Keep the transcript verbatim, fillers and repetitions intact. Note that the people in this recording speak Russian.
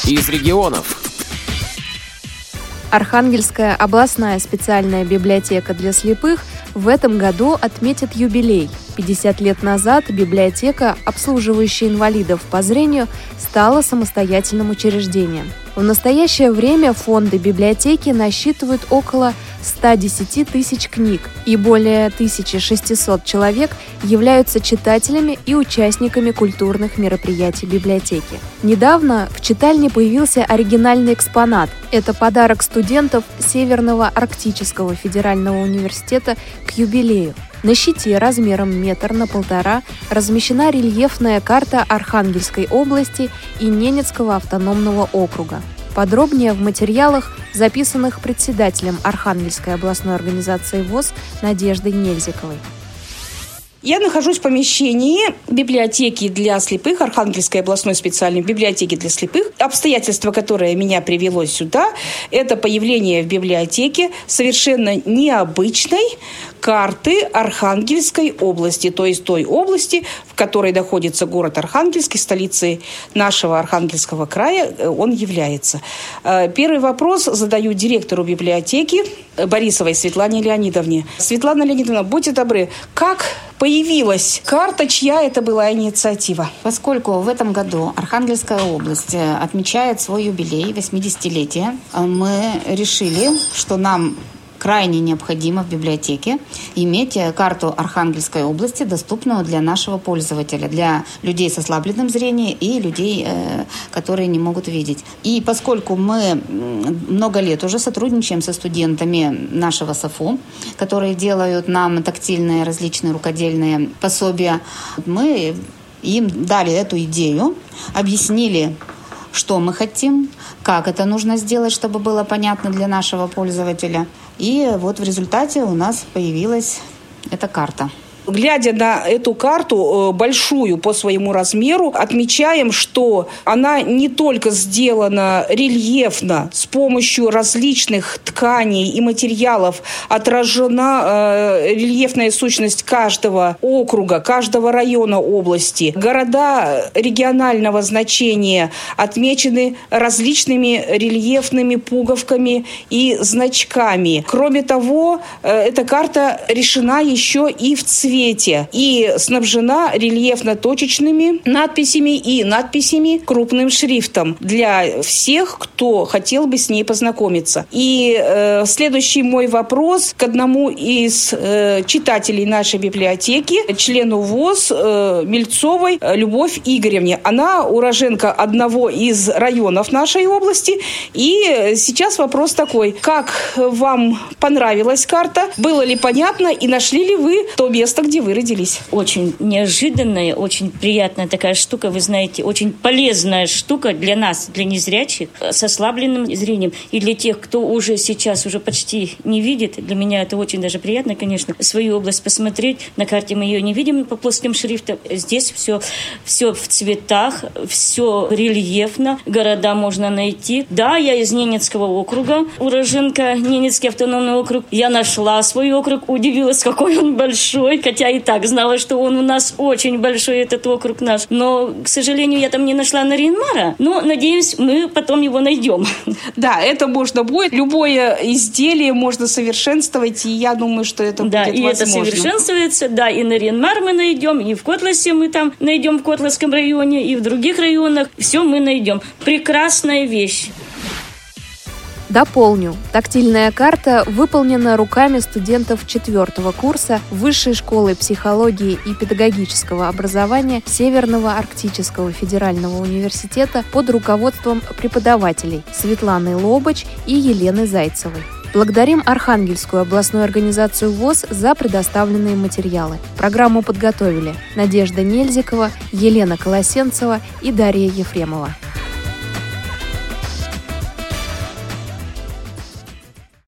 из регионов. Архангельская областная специальная библиотека для слепых в этом году отметит юбилей. пятьдесят лет назад библиотека, обслуживающая инвалидов по зрению, стала самостоятельным учреждением. В настоящее время фонды библиотеки насчитывают около ста десяти тысяч книг, и более тысячи шестисот человек являются читателями и участниками культурных мероприятий библиотеки. Недавно в читальне появился оригинальный экспонат. Это подарок студентов Северного Арктического федерального университета к юбилею. На щите размером метр на полтора размещена рельефная карта Архангельской области и Ненецкого автономного округа. Подробнее в материалах, записанных председателем Архангельской областной организации ВОС Надеждой Нельзиковой. Я нахожусь в помещении библиотеки для слепых, Архангельской областной специальной библиотеки для слепых. Обстоятельство, которое меня привело сюда, это появление в библиотеке совершенно необычной карты Архангельской области, то есть той области, в которой находится город Архангельск, столицей нашего Архангельского края он является. Первый вопрос задаю директору библиотеки Борисовой Светлане Леонидовне. Светлана Леонидовна, будьте добры, как появилась карта, чья это была инициатива? Поскольку в этом году Архангельская область отмечает свой юбилей, восьмидесятилетие, мы решили, что нам крайне необходимо в библиотеке иметь карту Архангельской области, доступную для нашего пользователя, для людей с ослабленным зрением и людей, которые не могут видеть. И поскольку мы много лет уже сотрудничаем со студентами нашего САФУ, которые делают нам тактильные различные рукодельные пособия, мы им дали эту идею, объяснили, что мы хотим, как это нужно сделать, чтобы было понятно для нашего пользователя. И вот в результате у нас появилась эта карта. Глядя на эту карту, большую по своему размеру, отмечаем, что она не только сделана рельефно, с помощью различных тканей и материалов отражена э, рельефная сущность каждого округа, каждого района области. Города регионального значения отмечены различными рельефными пуговками и значками. Кроме того, э, эта карта решена еще и в цвете. И снабжена рельефно-точечными надписями и надписями крупным шрифтом для всех, кто хотел бы с ней познакомиться. И э, следующий мой вопрос к одному из э, читателей нашей библиотеки, члену ВОС э, Мельцовой Любовь Игоревне. Она уроженка одного из районов нашей области. И сейчас вопрос такой: как вам понравилась карта? Было ли понятно и нашли ли вы то место, где вы родились? Очень неожиданная, очень приятная такая штука, вы знаете, очень полезная штука для нас, для незрячих, с ослабленным зрением. И для тех, кто уже сейчас уже почти не видит, для меня это очень даже приятно, конечно, свою область посмотреть. На карте мы ее не видим по плоским шрифтам. Здесь все, все в цветах, все рельефно, города можно найти. Да, я из Ненецкого округа, уроженка, Ненецкий автономный округ. Я нашла свой округ, удивилась, какой он большой, хотя и так знала, что он у нас очень большой, этот округ наш. Но, к сожалению, я там не нашла Нарьян-Мара, но, надеюсь, мы потом его найдем. Да, это можно будет. Любое изделие можно совершенствовать, и я думаю, что это да, будет и возможно. Это совершенствуется, да, и Нарьян-Мар мы найдем, и в Котласе мы там найдем, в Котласском районе, и в других районах. Все мы найдем. Прекрасная вещь. Дополню. Тактильная карта выполнена руками студентов четвертого курса Высшей школы психологии и педагогического образования Северного Арктического федерального университета под руководством преподавателей Светланы Лобач и Елены Зайцевой. Благодарим Архангельскую областную организацию ВОС за предоставленные материалы. Программу подготовили Надежда Нельзикова, Елена Колосенцева и Дарья Ефремова.